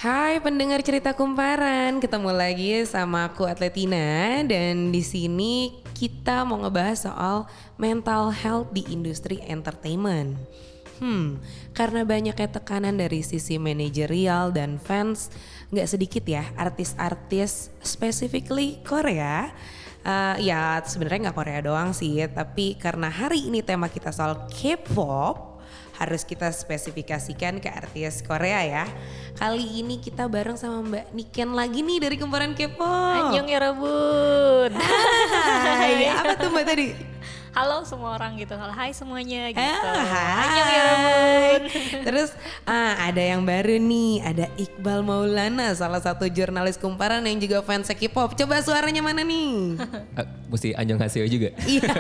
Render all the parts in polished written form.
Hai pendengar cerita kumparan, ketemu lagi sama aku Atletina dan di sini kita mau ngebahas soal mental health di industri entertainment. Karena banyaknya tekanan dari sisi manajerial dan fans, nggak sedikit ya artis-artis specifically Korea. Ya sebenarnya nggak Korea doang sih, tapi karena hari ini tema kita soal K-pop, harus kita spesifikasikan ke artis Korea ya. Kali ini kita bareng sama Mbak Niken lagi nih dari Kumparan K-pop. Annyeong ya Rabun. Hai, apa tuh Mbak tadi? Halo semua orang gitu. Hai semuanya gitu. Hai. Annyeong ya Rabun. Terus ada yang baru nih, ada Iqbal Maulana, salah satu jurnalis Kumparan yang juga fans K-pop. Coba suaranya mana nih? Mesti annyeonghaseyo juga. Iya.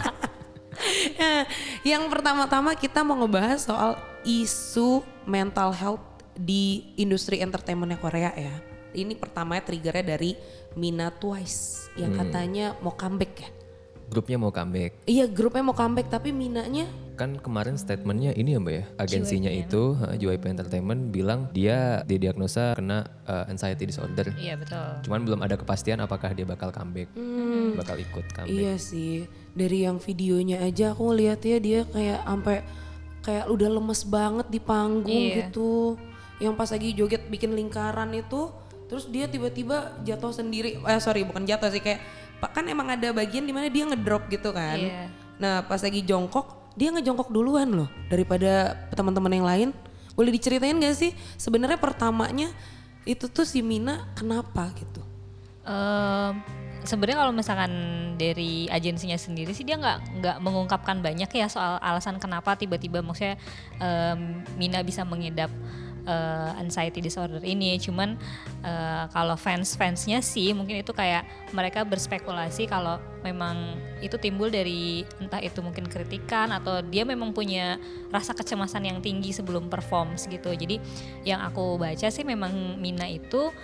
Nah, yang pertama-tama kita mau ngebahas soal isu mental health di industri entertainmentnya Korea ya. Ini pertamanya triggernya dari Mina Twice yang katanya mau comeback ya. Grupnya mau comeback. Iya, grupnya mau comeback tapi Minanya Kan kemarin statementnya ini ya Mbak ya, agensinya itu JYP Entertainment bilang dia didiagnosa kena anxiety disorder. Iya betul. Cuman belum ada kepastian apakah dia bakal comeback, bakal ikut comeback. Iya sih, dari yang videonya aja aku lihat ya dia kayak udah lemes banget di panggung gitu. Yang pas lagi joget bikin lingkaran itu, terus dia tiba-tiba jatuh sendiri. Bukan jatuh sih, kayak kan emang ada bagian dimana dia ngedrop gitu kan. Iya. Nah pas lagi jongkok, dia ngejongkok duluan loh daripada teman-teman yang lain. Boleh diceritain gak sih sebenarnya pertamanya itu tuh si Mina kenapa gitu? Sebenarnya kalau misalkan dari agensinya sendiri sih dia nggak mengungkapkan banyak ya soal alasan kenapa tiba-tiba maksudnya Mina bisa mengidap anxiety disorder ini. Cuman kalau fansnya sih mungkin itu kayak mereka berspekulasi kalau memang itu timbul dari entah itu mungkin kritikan atau dia memang punya rasa kecemasan yang tinggi sebelum perform gitu. Jadi yang aku baca sih memang Mina itu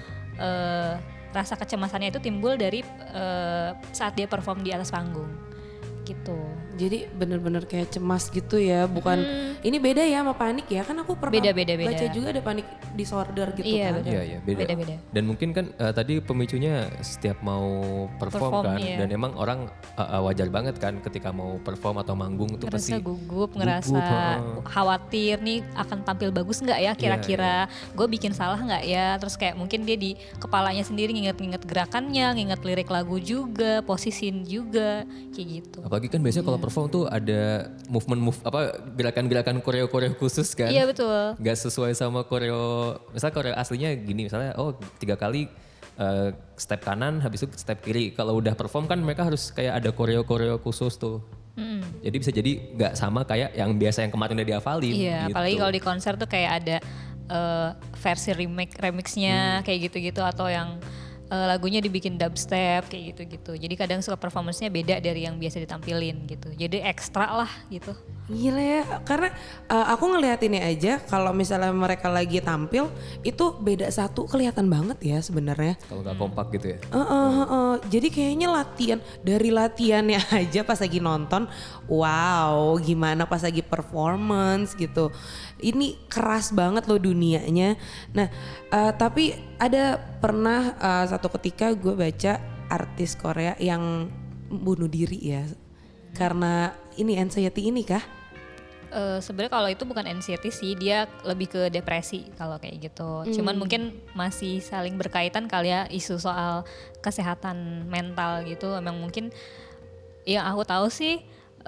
rasa kecemasannya itu timbul dari saat dia perform di atas panggung gitu. Jadi bener-bener kayak cemas gitu ya, bukan ini beda ya sama panik ya, kan aku pernah Beda. baca juga ada panik disorder gitu Iya, kan. betul. Iya beda. Beda-beda. Dan mungkin kan tadi pemicunya setiap mau perform kan, Iya. dan emang orang wajar banget kan ketika mau perform atau manggung tuh pasti Ngerasa gugup, ngerasa khawatir nih akan tampil bagus nggak ya kira-kira, gue bikin salah nggak ya, terus kayak mungkin dia di kepalanya sendiri nginget-nginget gerakannya, nginget lirik lagu juga, posisi juga, kayak gitu. Apalagi kan biasanya kalau perform tuh ada gerakan-gerakan koreo khusus kan. Iya betul. Gak sesuai sama koreo, misalnya koreo aslinya gini, misalnya 3 kali step kanan habis itu step kiri. Kalau udah perform kan mereka harus kayak ada koreo khusus tuh. Jadi bisa jadi gak sama kayak yang biasa yang kemarin udah dihafalin. Iya, gitu. apalagi kalau di konser tuh kayak ada versi remixnya kayak gitu-gitu atau yang lagunya dibikin dubstep kayak gitu-gitu. Jadi kadang suka performance-nya beda dari yang biasa ditampilin gitu. Jadi ekstra lah gitu. Gila ya, karena aku ngeliatinnya aja kalau misalnya mereka lagi tampil itu beda satu kelihatan banget ya sebenarnya. Kalau gak kompak gitu ya. Jadi kayaknya dari latihannya aja pas lagi nonton, wow gimana pas lagi performance gitu. Ini keras banget loh dunianya. Nah tapi ada pernah satu ketika gue baca artis Korea yang bunuh diri ya. Karena ini anxiety ini kah? Sebenarnya kalau itu bukan anxiety sih, dia lebih ke depresi kalau kayak gitu. Cuman mungkin masih saling berkaitan kali ya isu soal kesehatan mental gitu. Emang mungkin yang aku tahu sih,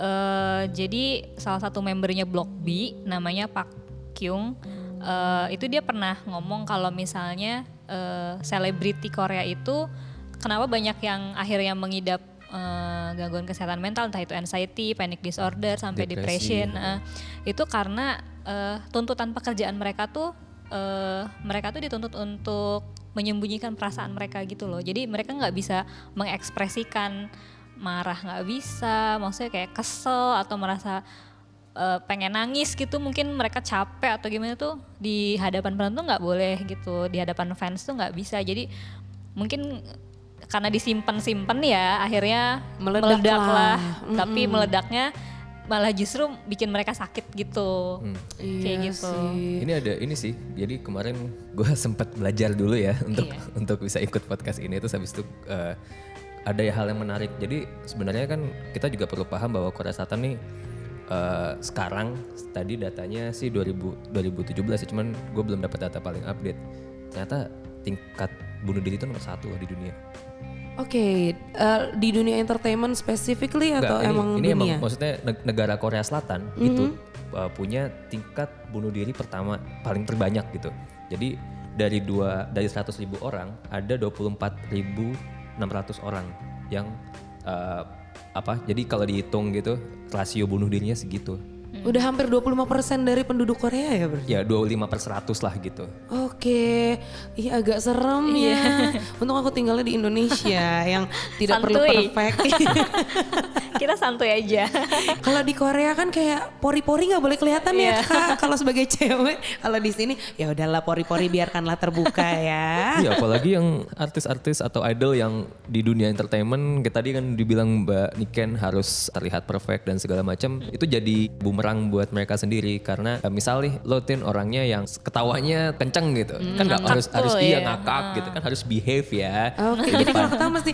jadi salah satu membernya Block B namanya Park Kyung, itu dia pernah ngomong kalau misalnya selebriti Korea itu kenapa banyak yang akhirnya mengidap gangguan kesehatan mental, entah itu anxiety, panic disorder, sampai depression. Itu karena tuntutan pekerjaan mereka tuh dituntut untuk menyembunyikan perasaan mereka gitu loh. Jadi mereka nggak bisa mengekspresikan marah, nggak bisa, maksudnya kayak kesel atau merasa pengen nangis gitu, mungkin mereka capek atau gimana tuh di hadapan penonton nggak boleh gitu, di hadapan fans tuh nggak bisa. Jadi mungkin karena disimpan ya akhirnya meledak lah. Tapi meledaknya malah justru bikin mereka sakit gitu. Kayak Iya gitu. sih. Ini ada ini sih. Jadi kemarin gue sempat belajar dulu ya untuk bisa ikut podcast ini. Terus habis itu ada hal yang menarik. Jadi sebenarnya kan kita juga perlu paham bahwa Korea Selatan nih sekarang tadi datanya sih 2017 ya, cuman gue belum dapat data paling update. Ternyata tingkat bunuh diri itu nomor 1 di dunia. Oke, di dunia entertainment specifically atau emang ini dunia? emang maksudnya negara Korea Selatan itu punya tingkat bunuh diri pertama paling terbanyak gitu. Jadi dari 100.000 orang ada 24.600 orang yang jadi kalau dihitung gitu rasio bunuh dirinya segitu. Udah hampir 25% dari penduduk Korea ya berarti? Ya 25/100 lah gitu. Oke, iya agak serem ya. Untung aku tinggalnya di Indonesia yang tidak perlu Santuy. perfect. Kita santuy aja. Kalau di Korea kan kayak pori-pori nggak boleh kelihatan ya Kak. Kalau sebagai cewek, kalau di sini ya udahlah pori-pori biarkanlah terbuka ya. Iya apalagi yang artis-artis atau idol yang di dunia entertainment kayak tadi kan dibilang Mbak Niken harus terlihat perfect dan segala macam, itu jadi bumerang buat mereka sendiri karena misal nih lo Tin orangnya yang ketawanya kenceng gitu kan nggak harus ngakak gitu kan, harus behave ya. Oke, jadi kalau ketawa mesti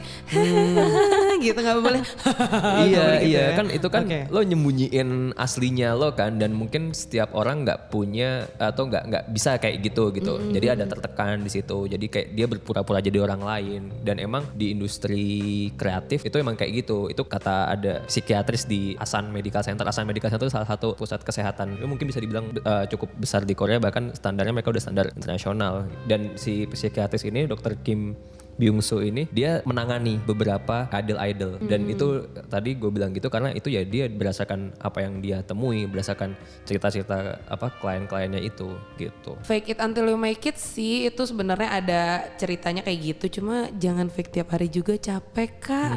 gitu nggak boleh. Iya gitu ya. kan itu kan Oke. lo nyembunyiin aslinya lo kan, dan mungkin setiap orang nggak punya atau nggak bisa kayak gitu. Jadi ada tertekan di situ. Jadi kayak dia berpura-pura jadi orang lain, dan emang di industri kreatif itu emang kayak gitu. Itu kata ada psikiatris di Asan Medical Center. Asan Medical Center itu salah satu pusat kesehatan. Itu mungkin bisa dibilang cukup besar di Korea, bahkan standarnya mereka udah standar internasional. Dan si psikiatris ini Dr. Kim Byung-soo ini dia menangani beberapa idol dan itu tadi gue bilang gitu karena itu ya dia berdasarkan apa yang dia temui, berdasarkan cerita-cerita klien-kliennya itu gitu. Fake it until you make it sih itu sebenarnya ada ceritanya kayak gitu, cuma jangan fake tiap hari juga, capek Kak.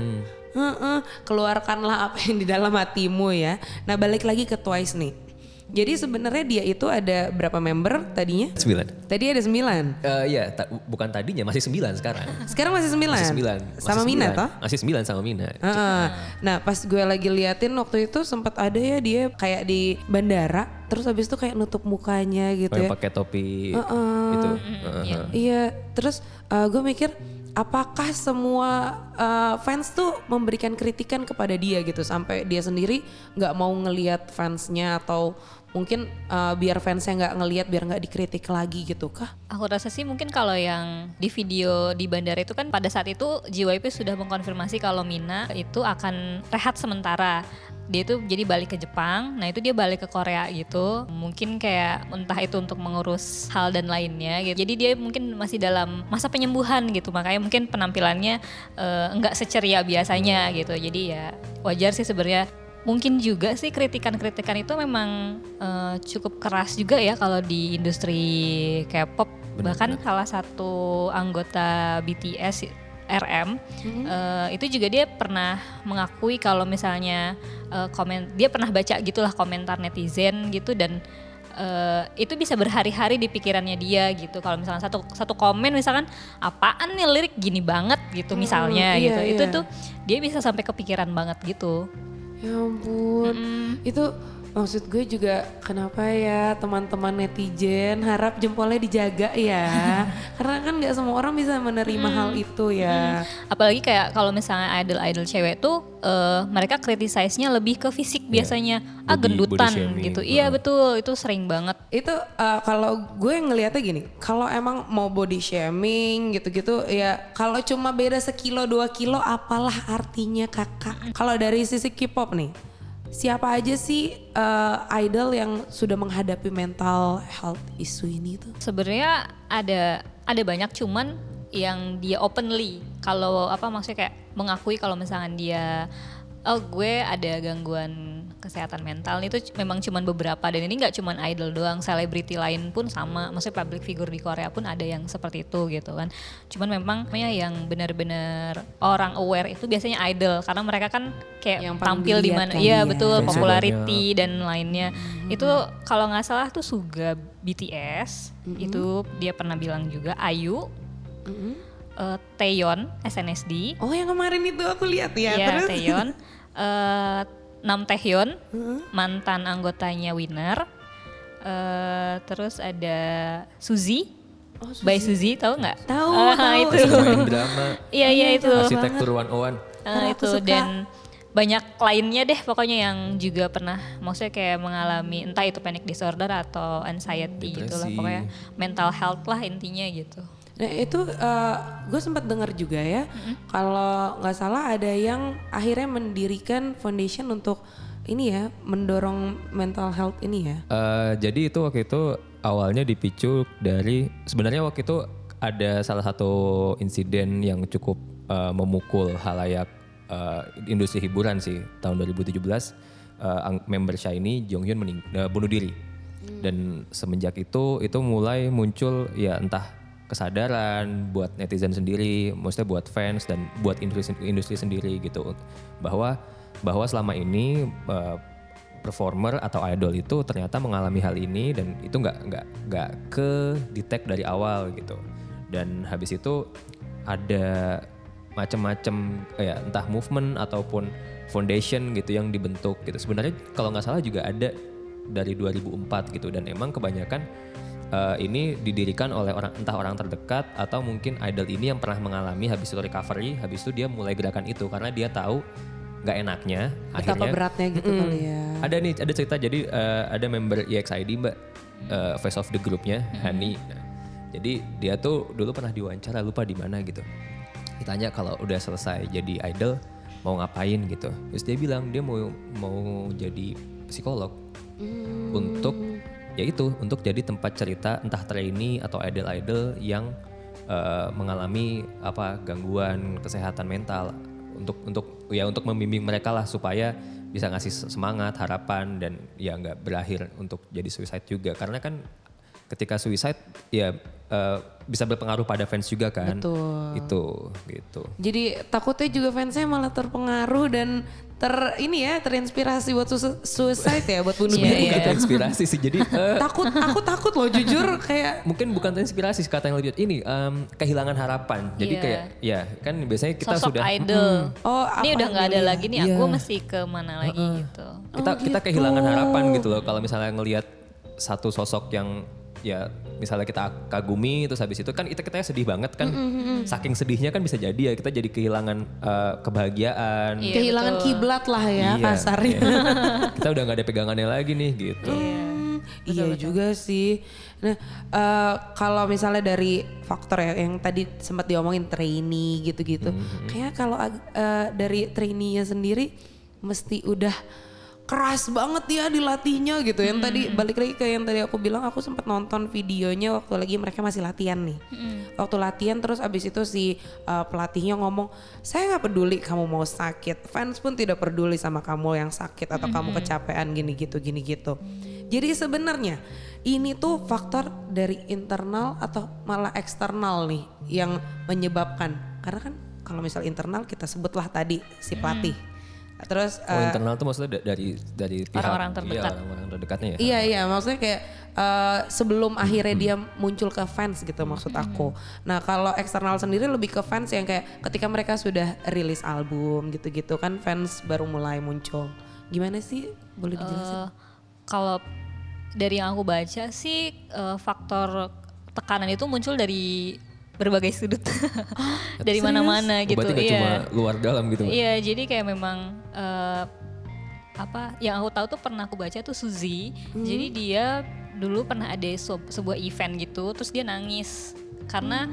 Keluarkanlah apa yang di dalam hatimu ya. Nah balik lagi ke Twice nih. Jadi sebenarnya dia itu ada berapa member tadinya? 9. Tadi ada 9. Iya, bukan tadinya, masih 9 sekarang. Sekarang masih 9? Masih 9. Sama Mina toh? Masih 9 sama Mina. Nah pas gue lagi liatin waktu itu sempat ada ya dia kayak di bandara. Terus habis itu kayak nutup mukanya gitu ya. Yang pakai topi itu. Iya, terus gue mikir apakah semua fans tuh memberikan kritikan kepada dia gitu sampai dia sendiri nggak mau ngelihat fansnya, atau mungkin biar fansnya nggak ngelihat biar nggak dikritik lagi gitu kah? Aku rasa sih mungkin kalau yang di video di bandara itu kan pada saat itu JYP sudah mengkonfirmasi kalau Mina itu akan rehat sementara. Dia itu jadi balik ke Jepang, nah itu dia balik ke Korea gitu. Mungkin kayak entah itu untuk mengurus hal dan lainnya gitu. Jadi dia mungkin masih dalam masa penyembuhan gitu, makanya mungkin penampilannya enggak seceria biasanya gitu. Jadi ya wajar sih sebenarnya. Mungkin juga sih kritikan-kritikan itu memang cukup keras juga ya kalau di industri K-pop. Bahkan salah satu anggota BTS RM itu juga dia pernah mengakui kalau misalnya dia pernah baca gitulah komentar netizen gitu, dan itu bisa berhari-hari di pikirannya dia gitu. Kalau misalnya satu komen misalkan apaan nih lirik gini banget gitu misalnya gitu, itu tuh dia bisa sampai kepikiran banget gitu. Ya ampun, itu maksud gue juga kenapa ya teman-teman netizen harap jempolnya dijaga ya. Karena kan gak semua orang bisa menerima hal itu ya. Apalagi kayak kalau misalnya idol-idol cewek tuh mereka criticize-nya lebih ke fisik biasanya. Gendutan body gitu. shaming. Iya betul, itu sering banget. Itu kalau gue ngelihatnya gini, kalau emang mau body shaming gitu-gitu ya, kalau cuma beda 1 kilo 2 kilo apalah artinya kakak. Kalau dari sisi K-pop nih, siapa aja sih idol yang sudah menghadapi mental health issue ini tuh? Sebenarnya ada banyak, cuman yang dia openly kalau maksudnya kayak mengakui kalau misalnya dia gue ada gangguan kesehatan mental itu memang cuman beberapa, dan ini nggak cuman idol doang, selebriti lain pun sama, maksudnya public figure di Korea pun ada yang seperti itu gitu kan. Cuman memang yang benar-benar orang aware itu biasanya idol, karena mereka kan kayak yang tampil di mana, iya betul, popularity dan lainnya. Itu kalau nggak salah tuh Suga BTS itu dia pernah bilang juga, Ayu, Taeyeon SNSD. Oh yang kemarin itu aku lihat ya. Iya, Terus Taeyeon. Nam Taehyun, mantan anggotanya Winner. Terus ada Suzy. By Suzy, tahu nggak? Tahu. Itu. Main drama. Iya itu. Arsitektur 101. Itu dan banyak lainnya deh pokoknya yang juga pernah maksudnya kayak mengalami entah itu panic disorder atau anxiety gitu lah, pokoknya mental health lah intinya gitu. Nah itu gue sempat dengar juga ya, kalau nggak salah ada yang akhirnya mendirikan foundation untuk ini ya, mendorong mental health ini ya. Jadi itu waktu itu awalnya dipicu dari sebenarnya waktu itu ada salah satu insiden yang cukup memukul halayak industri hiburan sih tahun 2017. Member SHINee Jonghyun bunuh diri. Dan semenjak itu mulai muncul ya entah kesadaran buat netizen sendiri, maksudnya buat fans dan buat industri sendiri gitu, bahwa selama ini performer atau idol itu ternyata mengalami hal ini dan itu nggak ke detect dari awal gitu. Dan habis itu ada macam-macam ya entah movement ataupun foundation gitu yang dibentuk gitu. Sebenarnya kalau nggak salah juga ada dari 2004 gitu, dan emang kebanyakan ini didirikan oleh entah orang terdekat atau mungkin idol ini yang pernah mengalami, habis itu recovery, habis itu dia mulai gerakan itu karena dia tahu nggak enaknya. Betapa akhirnya beratnya gitu kali ya. Ada cerita, jadi ada member EXID Mbak, face of the groupnya Hani. Nah, jadi dia tuh dulu pernah diwawancara, lupa di mana gitu. Ditanya kalau udah selesai jadi idol mau ngapain gitu. Terus dia bilang dia mau jadi psikolog untuk ya itu, untuk jadi tempat cerita entah trainee atau idol-idol yang mengalami gangguan kesehatan mental, untuk membimbing mereka lah supaya bisa ngasih semangat, harapan, dan ya nggak berakhir untuk jadi suicide juga, karena kan ketika suicide ya bisa berpengaruh pada fans juga kan. Betul. Itu gitu. Jadi takutnya juga fansnya malah terpengaruh dan terinspirasi buat suicide ya, buat bunuh diri Bukan gitu. inspirasi sih, jadi Aku takut loh jujur, kayak mungkin bukan inspirasi, kata yang lebih ini kehilangan harapan. Jadi kayak ya kan biasanya kita sosok sudah idol. Ini apa udah nggak ada nih? lagi nih, aku mesti ke mana lagi gitu. kita kehilangan harapan gitu loh kalau misalnya ngelihat satu sosok yang ya misalnya kita kagumi, terus habis itu kan kita sedih banget kan. Saking sedihnya kan bisa jadi ya kita jadi kehilangan kebahagiaan. Iya, kehilangan betul. kiblat lah ya kasarnya. Iya. Kita udah gak ada pegangannya lagi nih gitu. Iya juga sih. Nah kalau misalnya dari faktor ya yang tadi sempat diomongin trainee gitu-gitu. Kayaknya kalau dari trainee-nya sendiri mesti udah keras banget ya dilatihnya gitu. Yang tadi balik lagi ke yang tadi aku bilang, aku sempat nonton videonya waktu lagi mereka masih latihan nih. Waktu latihan terus abis itu si pelatihnya ngomong, saya nggak peduli kamu mau sakit, fans pun tidak peduli sama kamu yang sakit atau kamu kecapean gini gitu. Jadi sebenarnya ini tuh faktor dari internal atau malah eksternal nih yang menyebabkan. Karena kan kalau misal internal kita sebutlah tadi si pelatih. Terus Internal tuh maksudnya dari pihak Orang-orang terdekat. Iya, orang-orang terdekatnya ya. Iya maksudnya kayak sebelum akhirnya dia muncul ke fans gitu maksud aku. Nah kalau eksternal sendiri lebih ke fans yang kayak ketika mereka sudah rilis album gitu-gitu kan fans baru mulai muncul. Gimana sih, boleh dijelasin? Kalau dari yang aku baca sih faktor tekanan itu muncul dari berbagai sudut dari mana-mana gitu. Berarti gak cuma luar dalam gitu. Iya, jadi kayak memang yang aku tahu tuh pernah aku baca tuh Suzy. Jadi dia dulu pernah ada sebuah event gitu, terus dia nangis karena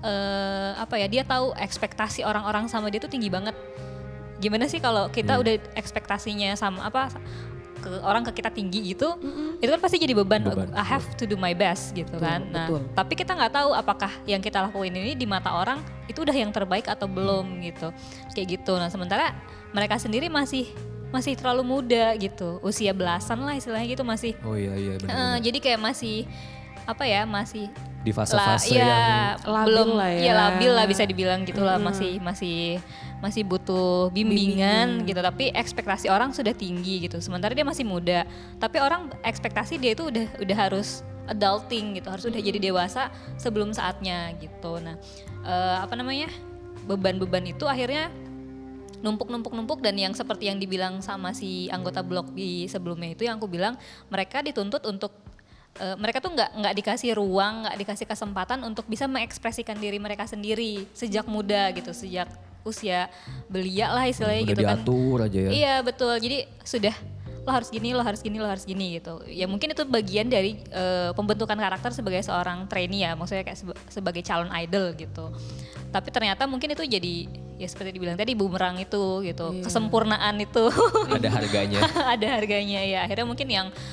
dia tahu ekspektasi orang-orang sama dia tuh tinggi banget. Gimana sih kalau kita udah ekspektasinya sama ke orang ke kita tinggi gitu, itu kan pasti jadi beban. I have to do my best gitu kan. Nah, tapi kita nggak tahu apakah yang kita lakuin ini di mata orang itu udah yang terbaik atau belum gitu, kayak gitu. Nah, sementara mereka sendiri masih terlalu muda gitu, usia belasan lah istilahnya gitu masih. Oh iya benar. Jadi kayak masih masih di fase-fase yang labil belum lah ya. Ya labil lah bisa dibilang gitulah, masih butuh bimbingan gitu, tapi ekspektasi orang sudah tinggi gitu. Sementara dia masih muda, tapi orang ekspektasi dia itu udah harus adulting gitu, harus udah jadi dewasa sebelum saatnya gitu. Nah, beban-beban itu akhirnya numpuk dan yang seperti yang dibilang sama si anggota blog di sebelumnya itu yang aku bilang mereka dituntut untuk mereka tuh nggak dikasih ruang, nggak dikasih kesempatan untuk bisa mengekspresikan diri mereka sendiri sejak muda gitu, sejak usia belia lah istilahnya udah gitu kan. diatur aja ya. Iya betul, jadi sudah lo harus gini, lo harus gini, lo harus gini gitu. Ya mungkin itu bagian dari pembentukan karakter sebagai seorang trainee ya, maksudnya kayak sebagai calon idol gitu. Tapi ternyata mungkin itu jadi ya seperti dibilang tadi bumerang itu gitu, kesempurnaan itu. Ada harganya. Ada harganya ya. Akhirnya mungkin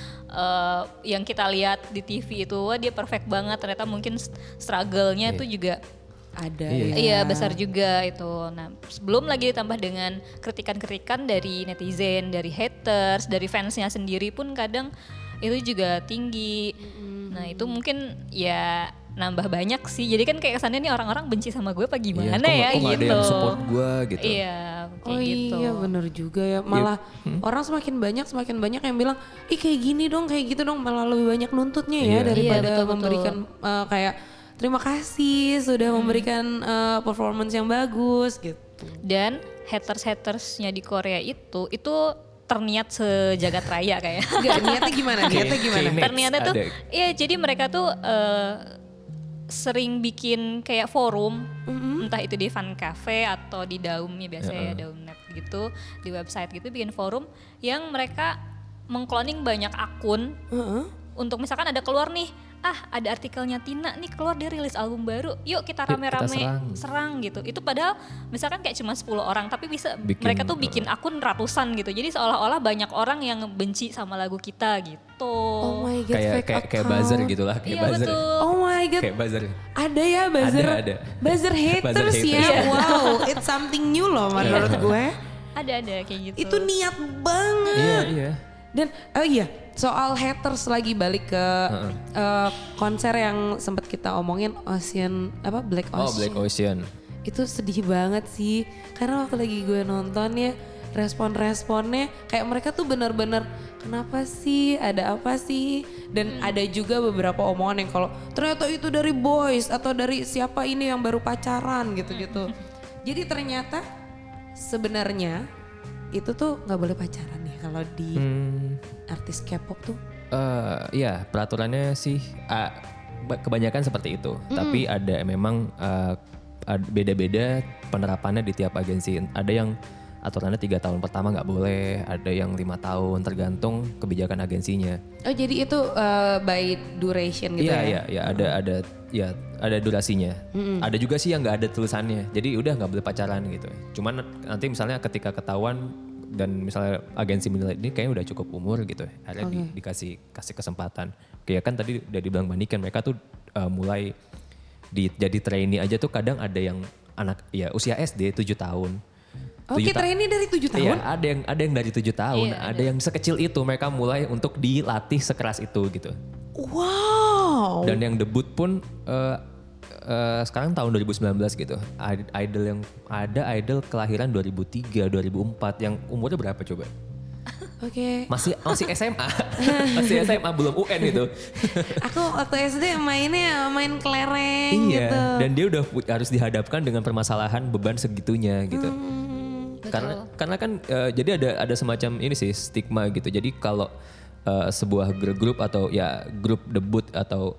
yang kita lihat di TV itu wah dia perfect banget, ternyata mungkin struggle-nya itu juga ada iya besar juga itu. Nah sebelum lagi ditambah dengan kritikan-kritikan dari netizen, dari haters, dari fansnya sendiri pun kadang itu juga tinggi. Nah itu mungkin ya nambah banyak sih. Jadi kan kayak kesannya nih orang-orang benci sama gue apa gimana ya kok gitu. ada yang support gue gitu. Iya kayak gitu. Iya bener juga ya. Malah orang semakin banyak yang bilang, ih kayak gini dong, kayak gitu dong. Malah lebih banyak nuntutnya ya daripada Iya, betul. memberikan kayak terima kasih sudah memberikan performance yang bagus gitu. Dan hatersnya di Korea itu terniat sejagat raya kayak. Enggak, niatnya gimana? Niatnya gimana? Ternyata tuh, iya jadi mereka tuh sering bikin kayak forum, entah itu di fan cafe atau di Daum ya biasanya ya Daumnet gitu, di website gitu bikin forum yang mereka mengcloning banyak akun untuk misalkan ada keluar nih, ada artikelnya Tina nih keluar dia rilis album baru, yuk kita rame-rame serang gitu. Itu padahal misalkan kayak cuma 10 orang tapi bisa mereka tuh bikin akun ratusan gitu. Jadi seolah-olah banyak orang yang benci sama lagu kita gitu. Oh my god, kayak buzzer gitu lah, kayak Iya buzzer. betul. Oh my god. Kayak buzzer. Ada ya buzzer. Ada. Buzzer haters ya. Iya. Wow, it's something new loh menurut gue. Ada kayak gitu. Itu niat banget. Iya. Dan soal haters lagi balik ke konser yang sempat kita omongin Black Ocean. Oh, Black Ocean. Itu sedih banget sih. Karena waktu lagi gue nonton ya, respon-responnya kayak mereka tuh benar-benar kenapa sih, ada apa sih? Dan ada juga beberapa omongan yang kalau ternyata itu dari boys atau dari siapa ini yang baru pacaran gitu-gitu. Jadi ternyata sebenarnya itu tuh nggak boleh pacaran ya kalau di artis K-pop tuh. Iya, peraturannya sih kebanyakan seperti itu. Tapi ada memang beda-beda penerapannya di tiap agensi. Ada yang aturannya 3 tahun pertama nggak boleh, ada yang 5 tahun tergantung kebijakan agensinya. Oh jadi itu by duration gitu ya? Iya, ada durasinya. Ada juga sih yang nggak ada tulisannya, jadi udah nggak boleh pacaran gitu. Cuman nanti misalnya ketika ketahuan dan misalnya agensi menilai ini kayaknya udah cukup umur gitu, akhirnya dikasih kesempatan. Kayak kan tadi udah dibilang Bandikan, mereka tuh mulai jadi trainee aja tuh kadang ada yang anak ya usia SD 7 tahun. Oke, trainee dari 7 tahun? Iya, ada yang dari 7 tahun, ada yang sekecil itu mereka mulai untuk dilatih sekeras itu gitu. Wow. Dan yang debut pun sekarang tahun 2019 gitu. Idol kelahiran 2003, 2004 yang umurnya berapa coba? Oke. Masih SMA. Masih SMA belum UN gitu. Aku waktu SD main kelereng gitu. Iya, dan dia udah harus dihadapkan dengan permasalahan beban segitunya gitu. Karena kan jadi ada semacam ini sih stigma gitu. Jadi kalau sebuah grup atau ya grup debut atau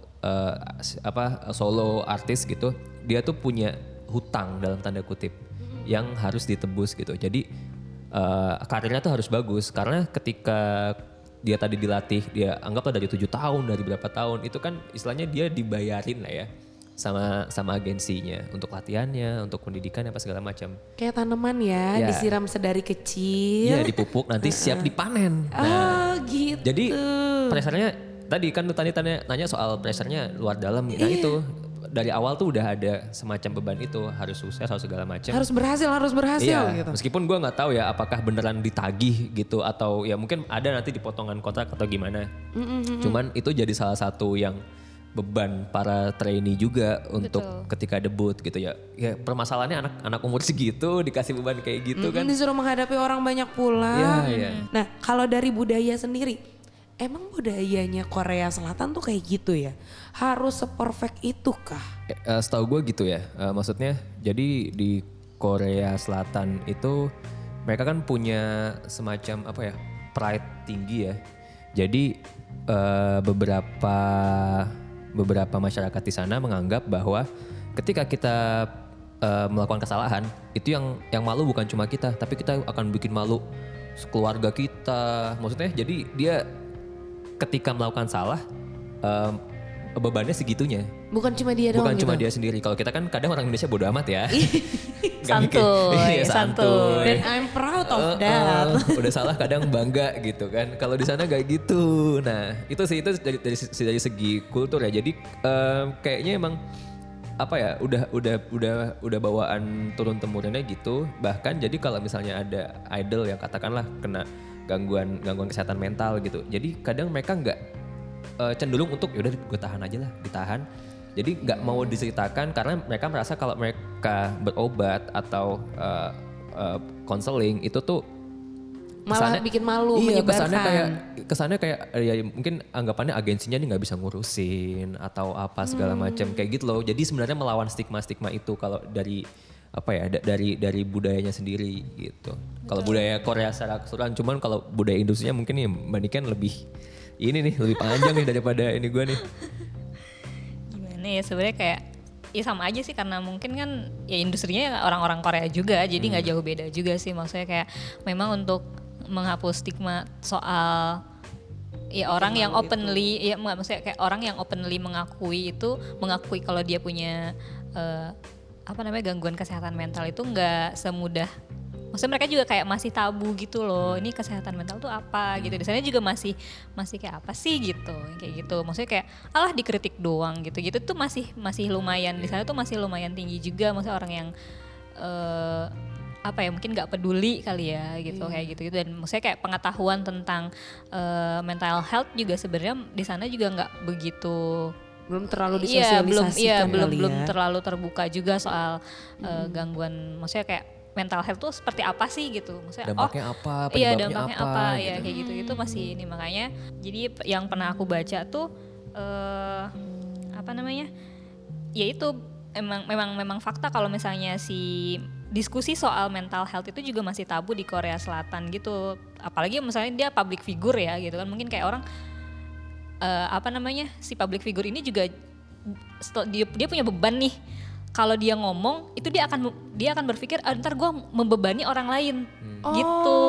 solo artis gitu, dia tuh punya hutang dalam tanda kutip yang harus ditebus gitu. Jadi karirnya tuh harus bagus karena ketika dia tadi dilatih, dia anggaplah dari 7 tahun, dari berapa tahun, itu kan istilahnya dia dibayarin lah ya sama agensinya untuk latihannya, untuk pendidikan apa segala macam. Kayak tanaman ya, disiram sedari kecil. Iya, dipupuk nanti siap dipanen. Nah, gitu. Jadi pressure-nya tadi kan lu tadi nanya soal pressure-nya luar dalam. Nah itu dari awal tuh udah ada semacam beban itu, harus sukses, harus segala macam. Harus berhasil iya, gitu. Meskipun gue nggak tahu ya apakah beneran ditagih gitu atau ya mungkin ada nanti di potongan kontrak atau gimana. Cuman itu jadi salah satu yang beban para trainee juga untuk ketika debut gitu ya. Ya permasalahannya anak umur segitu dikasih beban kayak gitu kan. Disuruh menghadapi orang banyak pula. Iya. Nah kalau dari budaya sendiri, emang budayanya Korea Selatan tuh kayak gitu ya? Harus seperfect itu kah? Setahu gue gitu ya. Maksudnya jadi di Korea Selatan itu mereka kan punya semacam apa ya, pride tinggi ya. Jadi beberapa masyarakat di sana menganggap bahwa ketika kita melakukan kesalahan, itu yang malu bukan cuma kita, tapi kita akan bikin malu keluarga kita. Maksudnya jadi dia ketika melakukan salah bebannya segitunya. Bukan cuma dia doang. Bukan gitu. cuma dia sendiri. Kalau kita kan kadang orang Indonesia bodo amat ya. Santuy, santuy. Dan I'm proud of that. Udah salah kadang bangga gitu kan. Kalau di sana gak gitu. Nah itu sih itu dari segi kultur ya. Jadi kayaknya emang apa ya udah bawaan turun temurunnya gitu. Bahkan jadi kalau misalnya ada idol yang katakanlah kena gangguan kesehatan mental gitu. Jadi kadang mereka nggak cenderung untuk yaudah gue tahan aja lah, ditahan. Jadi nggak mau diceritakan karena mereka merasa kalau mereka berobat atau konseling itu tuh Malah bikin malu, iya, menyebarkan. kesannya kayak ya mungkin anggapannya agensinya nih nggak bisa ngurusin atau apa segala macam kayak gitu loh. Jadi sebenarnya melawan stigma itu kalau dari apa ya dari budayanya sendiri gitu. Kalau budaya Korea secara keseluruhan, cuman kalau budaya industrinya mungkin nih Mbak Niken lebih lebih panjang nih daripada ini gue nih. Gimana ya sebenarnya kayak ya sama aja sih karena mungkin kan ya industrinya orang-orang Korea juga jadi nggak jauh beda juga sih. Maksudnya kayak memang untuk menghapus stigma soal ya orang yang openly ya maksudnya kayak orang yang openly mengakui kalau dia punya gangguan kesehatan mental itu nggak semudah. Maksudnya mereka juga kayak masih tabu gitu loh. Ini kesehatan mental tuh apa gitu. Di sana juga masih kayak apa sih gitu. Kayak gitu. Maksudnya kayak alah dikritik doang gitu. Gitu tuh masih lumayan di sana tuh masih lumayan tinggi juga. Maksudnya orang yang mungkin nggak peduli kali ya gitu kayak gitu. Dan maksudnya kayak pengetahuan tentang mental health juga sebenarnya di sana juga nggak begitu belum terlalu disosialisasikan belum terlalu terbuka juga soal gangguan. Maksudnya kayak mental health tuh seperti apa sih gitu. Maksudnya dampaknya apa, penyebabnya apa gitu. ya kayak gitu masih ini makanya. Jadi yang pernah aku baca tuh ya itu memang fakta kalau misalnya si diskusi soal mental health itu juga masih tabu di Korea Selatan gitu. Apalagi misalnya dia public figure ya gitu kan. Mungkin kayak orang si public figure ini juga dia punya beban nih. Kalau dia ngomong itu dia akan berpikir ntar gue membebani orang lain gitu,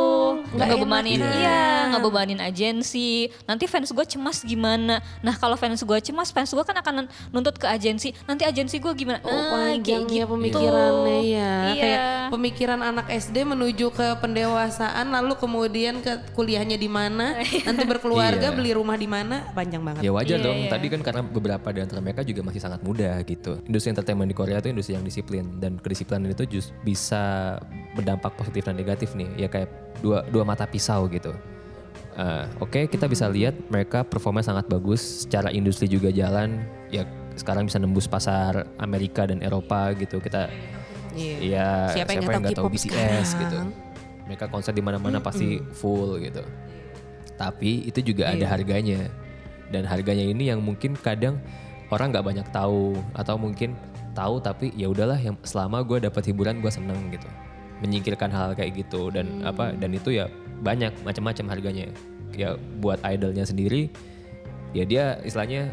ngebebanin agensi. Nanti fans gue cemas gimana? Nah kalau fans gue cemas, fans gue kan akan nuntut ke agensi. Nanti agensi gue gimana? Panjangnya pemikirannya ya, kayak pemikiran anak SD menuju ke pendewasaan, lalu kemudian ke kuliahnya di mana, nanti berkeluarga, beli rumah di mana, panjang banget. Ya wajar dong. Tadi kan karena beberapa di antara mereka juga masih sangat muda gitu. Industri entertainment di Korea itu industri yang disiplin dan kedisiplinan itu bisa berdampak positif dan negatif nih. Ya kayak dua mata pisau gitu. Oke, kita bisa lihat mereka performa sangat bagus, secara industri juga jalan. Ya sekarang bisa nembus pasar Amerika dan Eropa gitu. Kita siapa yang nggak tahu BTS gitu. Mereka konser di mana-mana pasti full gitu. Tapi itu juga ada harganya. Dan harganya ini yang mungkin kadang orang nggak banyak tahu atau mungkin tahu tapi ya udahlah yang selama gue dapat hiburan gue seneng gitu. Menyingkirkan hal kayak gitu dan dan itu ya banyak macam-macam harganya. Ya buat idolnya sendiri ya dia istilahnya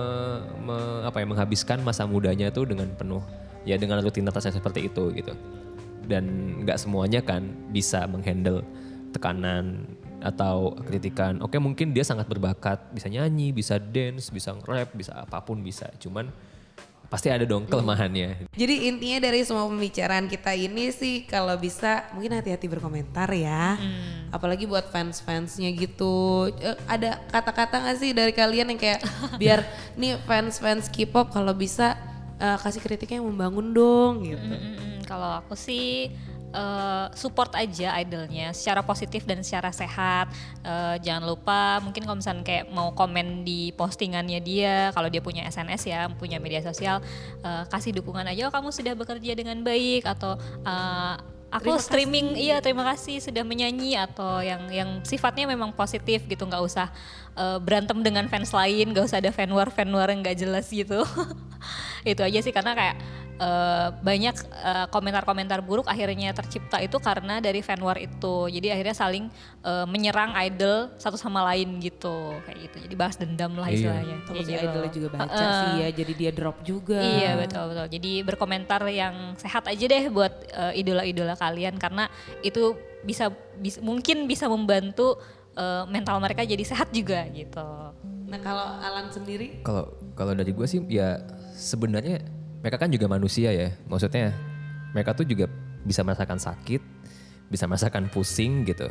menghabiskan masa mudanya tuh dengan penuh ya dengan rutinitas yang seperti itu gitu. Dan nggak semuanya kan bisa menghandle tekanan atau kritikan. Oke, mungkin dia sangat berbakat, bisa nyanyi, bisa dance, bisa nge-rap, bisa apapun bisa. Cuman pasti ada dong kelemahannya. Jadi intinya dari semua pembicaraan kita ini sih kalau bisa mungkin hati-hati berkomentar ya. Apalagi buat fans-fansnya gitu. Ada kata-kata gak sih dari kalian yang kayak biar nih fans-fans K-pop kalau bisa kasih kritiknya yang membangun dong gitu. Kalau aku sih support aja idolnya secara positif dan secara sehat. Jangan lupa mungkin kalau misalnya kayak mau komen di postingannya dia, kalau dia punya SNS ya, punya media sosial, kasih dukungan aja, kamu sudah bekerja dengan baik, atau aku streaming, terima kasih sudah menyanyi, atau yang sifatnya memang positif gitu, nggak usah berantem dengan fans lain, nggak usah ada fan war yang nggak jelas gitu. Itu aja sih, karena kayak banyak komentar-komentar buruk akhirnya tercipta itu karena dari fan war itu. Jadi akhirnya saling menyerang idol satu sama lain gitu, kayak gitu. Jadi balas dendam lah istilahnya. Terus Kayak gitu. idolnya juga baca sih ya, jadi dia drop juga. Iya betul. Jadi berkomentar yang sehat aja deh buat idola-idola kalian, karena itu mungkin bisa membantu mental mereka jadi sehat juga gitu. Nah kalau Alan sendiri? Kalau dari gue sih ya sebenarnya mereka kan juga manusia ya. Maksudnya mereka tuh juga bisa merasakan sakit, bisa merasakan pusing gitu.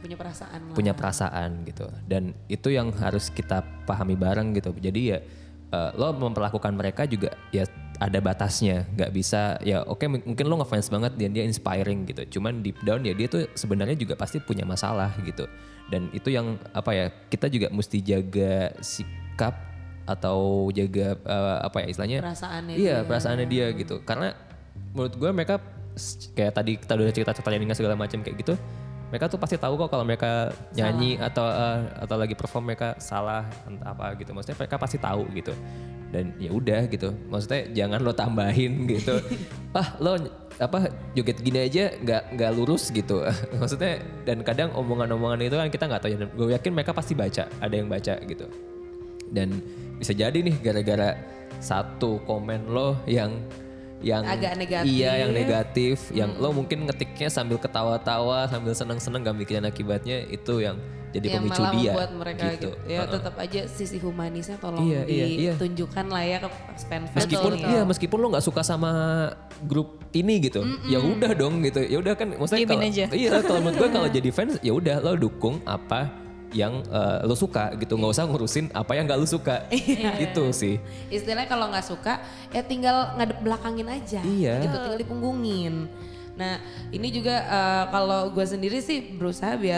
Punya perasaan gitu. Dan itu yang harus kita pahami bareng gitu. Jadi ya lo memperlakukan mereka juga ya ada batasnya. Gak bisa ya oke, mungkin lo ngefans banget dan dia inspiring gitu. Cuman deep down ya dia tuh sebenarnya juga pasti punya masalah gitu. Dan itu yang kita juga mesti jaga sikap atau jaga istilahnya perasaannya dia gitu. Karena menurut gue mereka kayak tadi kita udah cerita Nina segala macam kayak gitu, mereka tuh pasti tahu kok kalau mereka nyanyi atau lagi perform mereka salah entah apa gitu. Maksudnya mereka pasti tahu gitu. Dan ya udah gitu. Maksudnya jangan lo tambahin gitu. Lo joget gini aja nggak lurus gitu. Maksudnya dan kadang omongan-omongan itu kan kita nggak tahu. Gue yakin mereka pasti baca, ada yang baca gitu. Dan bisa jadi nih gara-gara satu komen lo yang agak negatif. Iya, yang negatif, yang lo mungkin ngetiknya sambil ketawa-tawa, sambil seneng-seneng gak mikirin akibatnya, itu yang jadi pemicu malah dia. Membuat mereka gitu. Ya tetap aja sisi humanisnya tolong ditunjukkan lah ya ke fans-fans. Meskipun lo nggak suka sama grup ini gitu, ya udah dong gitu. Ya udah kan, maksudnya kalau menurut gue kalau jadi fans ya udah lo dukung apa yang lo suka gitu, nggak usah ngurusin apa yang nggak lo suka. Gitu sih istilahnya. Kalau nggak suka ya tinggal ngadep belakangin aja gitu, tinggal dipunggungin. Nah ini juga kalau gue sendiri sih berusaha biar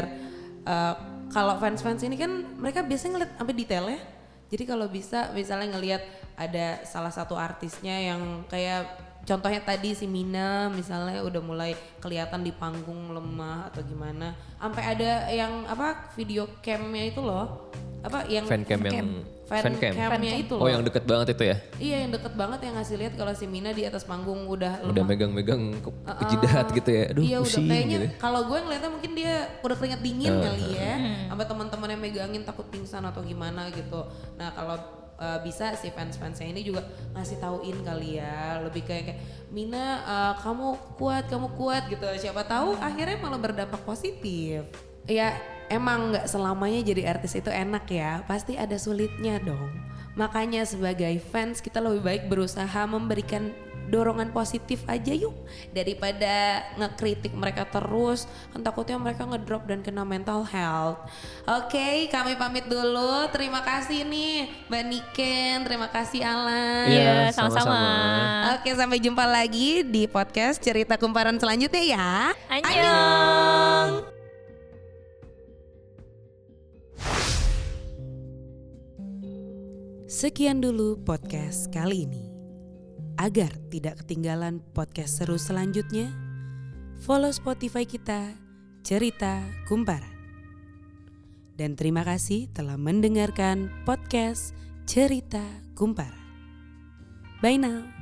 kalau fans ini kan mereka biasanya ngeliat sampai detailnya. Jadi kalau bisa misalnya ngelihat ada salah satu artisnya yang kayak contohnya tadi si Mina misalnya udah mulai kelihatan di panggung lemah atau gimana, sampai ada yang video camnya itu loh, yang fan camnya itu loh. Oh yang deket banget itu ya? Iya yang deket banget, yang ngasih lihat kalau si Mina di atas panggung udah megang-megang kejidat gitu ya. Aduh iya, pusing udah kayaknya gitu. Kalau gue ngeliatnya mungkin dia udah keringat dingin kali ya, sampai teman-teman yang megangin takut pingsan atau gimana gitu. Nah kalau bisa si fans-fansnya ini juga ngasih tauin kali ya, lebih kayak Mina kamu kuat gitu, siapa tahu akhirnya malah berdampak positif. Ya emang nggak selamanya jadi artis itu enak ya, pasti ada sulitnya dong. Makanya sebagai fans kita lebih baik berusaha memberikan dorongan positif aja yuk, daripada ngekritik mereka terus, kan takutnya mereka ngedrop dan kena mental health. Oke, kami pamit dulu. Terima kasih nih Mbak Niken, terima kasih Alan. Iya, sama-sama. Oke, sampai jumpa lagi di podcast Cerita Kumparan selanjutnya ya. Annyeong. Sekian dulu podcast kali ini. Agar tidak ketinggalan podcast seru selanjutnya, follow Spotify kita, Cerita Kumparan. Dan terima kasih telah mendengarkan podcast Cerita Kumparan. Bye now.